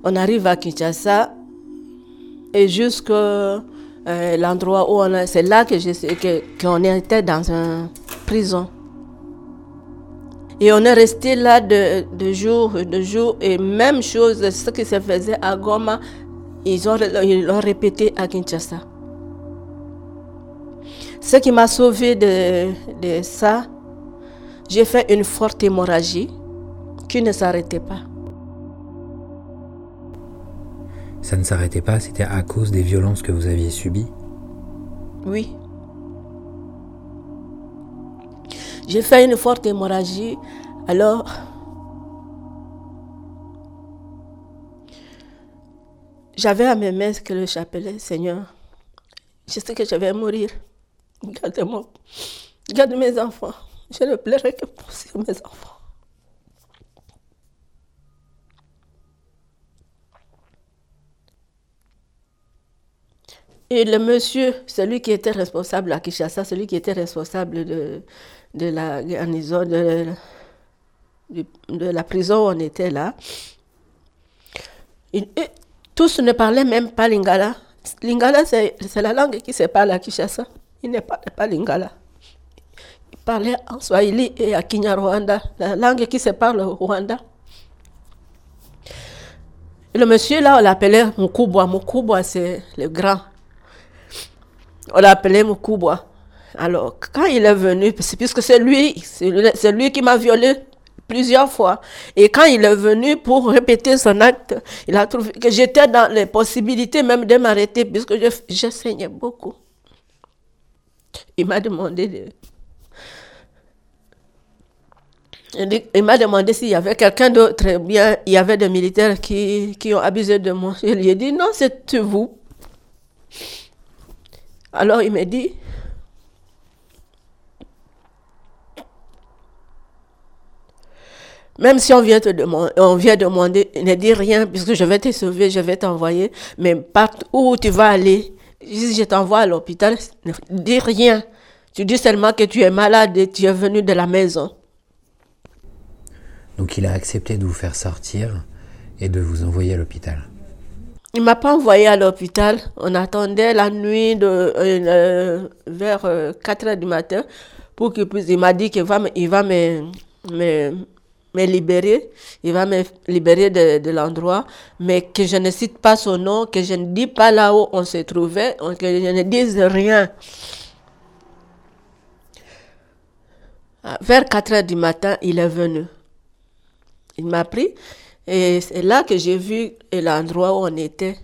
On arrive à Kinshasa et jusqu'à l'endroit où on est, c'est là qu'on était dans une prison. Et on est resté là de jour et même chose, ce qui se faisait à Goma, ils l'ont répété à Kinshasa. Ce qui m'a sauvé de ça, j'ai fait une forte hémorragie qui ne s'arrêtait pas. Ça ne s'arrêtait pas, c'était à cause des violences que vous aviez subies? Oui. J'ai fait une forte hémorragie, alors j'avais à mes mains que le chapelet, Seigneur, je sais que je vais mourir. Garde-moi, garde mes enfants. Je ne pleurerai que pour mes enfants. Et le monsieur, celui qui était responsable à Kinshasa, celui qui était responsable de la garnison, de la prison où on était là, tous ne parlaient même pas lingala. Lingala, c'est la langue qui se parle à Kinshasa. Ils ne parlaient pas lingala. Ils parlaient en Swahili et à Kinyarwanda, la langue qui se parle au Rwanda. Et le monsieur là, on l'appelait Mukubwa. Mukubwa, c'est le grand. On l'appelait Mukubwa. Alors, quand il est venu, puisque c'est lui qui m'a violée plusieurs fois. Et quand il est venu pour répéter son acte, il a trouvé que j'étais dans les possibilités même de m'arrêter, puisque je saignais beaucoup. Il m'a demandé s'il y avait quelqu'un d'autre. Bien, il y avait des militaires qui ont abusé de moi. Je lui ai dit, non, c'est vous. Alors il m'a dit, même si on vient demander, ne dis rien, puisque je vais te sauver, je vais t'envoyer, mais partout où tu vas aller, si je t'envoie à l'hôpital, ne dis rien. Tu dis seulement que tu es malade et tu es venu de la maison. Donc il a accepté de vous faire sortir et de vous envoyer à l'hôpital. Il ne m'a pas envoyé à l'hôpital. On attendait la nuit vers 4 heures du matin pour qu'il puisse. Il m'a dit qu'il va me libérer. Il va me libérer de l'endroit, mais que je ne cite pas son nom, que je ne dis pas là où on se trouvait, que je ne dise rien. Vers 4 heures du matin, il est venu. Il m'a pris et c'est là que j'ai vu l'endroit où on était.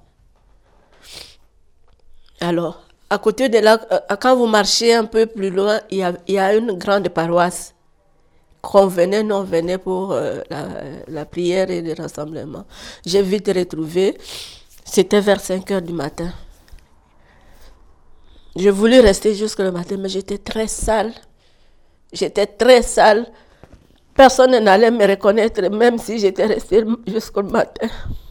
Alors, à côté de là, quand vous marchez un peu plus loin, il y a une grande paroisse. Nous on venait pour la prière et le rassemblement. J'ai vite retrouvé, c'était vers 5 heures du matin. Je voulais rester jusqu'au matin, mais j'étais très sale. Personne n'allait me reconnaître, même si j'étais restée jusqu'au matin.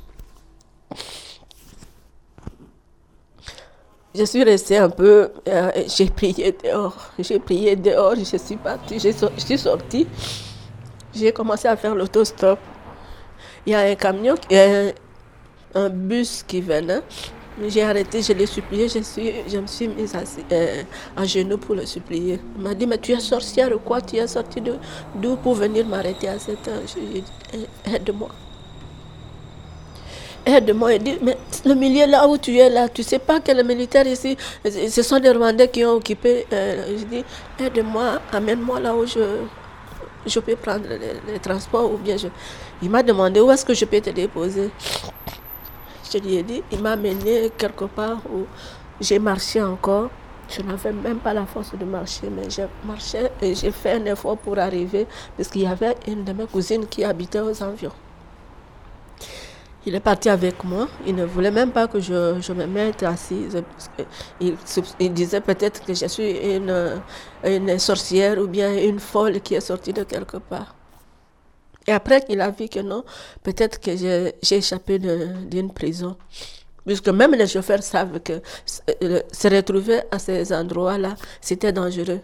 Je suis restée un peu, j'ai prié dehors, je suis partie, je suis sortie. J'ai commencé à faire l'autostop. Il y a un camion, un bus qui venait. J'ai arrêté, je l'ai supplié, je me suis mise à genoux pour le supplier. Il m'a dit, mais tu es sorcière ou quoi? Tu es sortie d'où pour venir m'arrêter à cette heure? J'ai dit, aide-moi. Aide-moi. Il dit, mais le milieu là où tu es là, tu ne sais pas que les militaires ici, ce sont des Rwandais qui ont occupé. Je dis, aide-moi, amène-moi là où je peux prendre les transports ou bien Il m'a demandé où est-ce que je peux te déposer. Je lui ai dit, il m'a amené quelque part où j'ai marché encore. Je n'avais même pas la force de marcher, mais j'ai marché et j'ai fait un effort pour arriver parce qu'il y avait une de mes cousines qui habitait aux environs. Il est parti avec moi. Il ne voulait même pas que je me mette assise. Il disait peut-être que je suis une sorcière ou bien une folle qui est sortie de quelque part. Et après qu'il a vu que non, peut-être que j'ai échappé d'une prison. Puisque même les chauffeurs savent que se retrouver à ces endroits-là, c'était dangereux.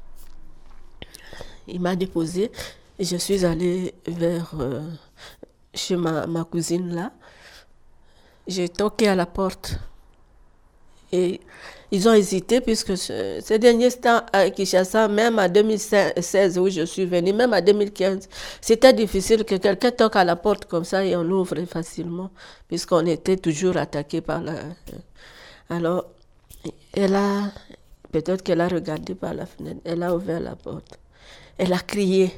Il m'a déposé et je suis allée vers chez ma cousine là. J'ai toqué à la porte. Et ils ont hésité puisque ces derniers temps à Kinshasa, même en 2016 où je suis venue, même en 2015, c'était difficile que quelqu'un toque à la porte comme ça et on l'ouvre facilement puisqu'on était toujours attaqué par la... Alors, elle a, peut-être qu'elle a regardé par la fenêtre, elle a ouvert la porte. Elle a crié.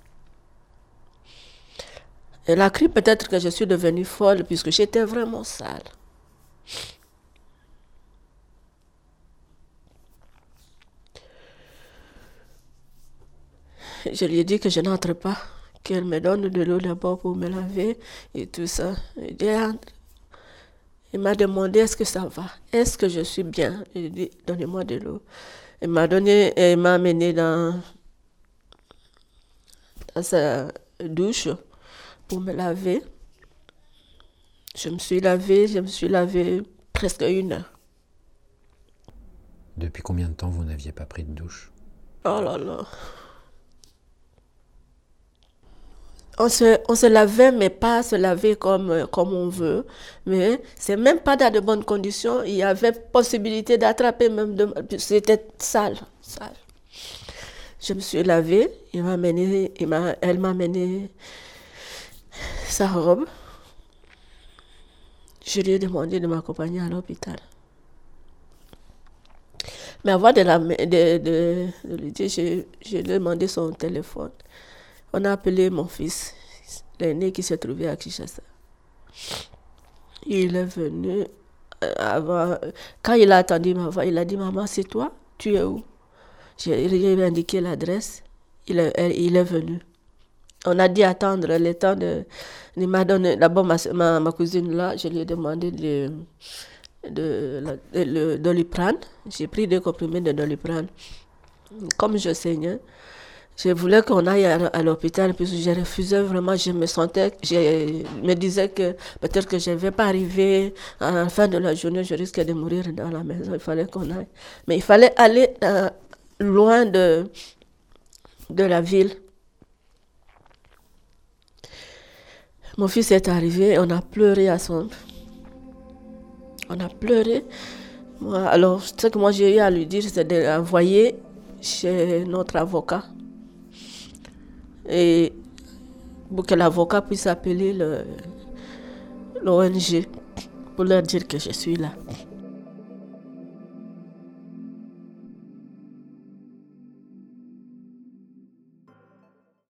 Elle a crié peut-être que je suis devenue folle puisque j'étais vraiment sale. Je lui ai dit que je n'entre pas, qu'elle me donne de l'eau d'abord pour me laver et tout ça. Il m'a demandé est-ce que ça va, est-ce que je suis bien. J'ai dit donnez-moi de l'eau. Il m'a amené dans sa douche pour me laver. Je me suis lavée presque 1 heure. Depuis combien de temps vous n'aviez pas pris de douche? Oh là là. On se lavait, mais pas se laver comme on veut. Mais c'est même pas dans de bonnes conditions. Il y avait possibilité d'attraper même c'était sale. Je me suis lavée. Elle m'a amené sa robe. Je lui ai demandé de m'accompagner à l'hôpital. Mais avant de lui dire, je lui ai demandé son téléphone. On a appelé mon fils, l'aîné qui se trouvait à Kinshasa. Il est venu quand il a attendu ma voix, il a dit maman, c'est toi? Tu es où? J'ai indiqué l'adresse. Il est venu. On a dit attendre le temps de. Il m'a donné d'abord ma cousine là, je lui ai demandé de Doliprane. J'ai pris 2 comprimés de Doliprane. Comme je saignais, je voulais qu'on aille à l'hôpital puisque je refusais vraiment, je me disais que peut-être que je ne vais pas arriver à la fin de la journée, je risquais de mourir dans la maison, il fallait qu'on aille. Mais il fallait aller loin de la ville. Mon fils est arrivé, on a pleuré ensemble. On a pleuré. Alors, ce que moi j'ai eu à lui dire, c'est de l'envoyer chez notre avocat. Et pour que l'avocat puisse appeler l'ONG pour leur dire que je suis là.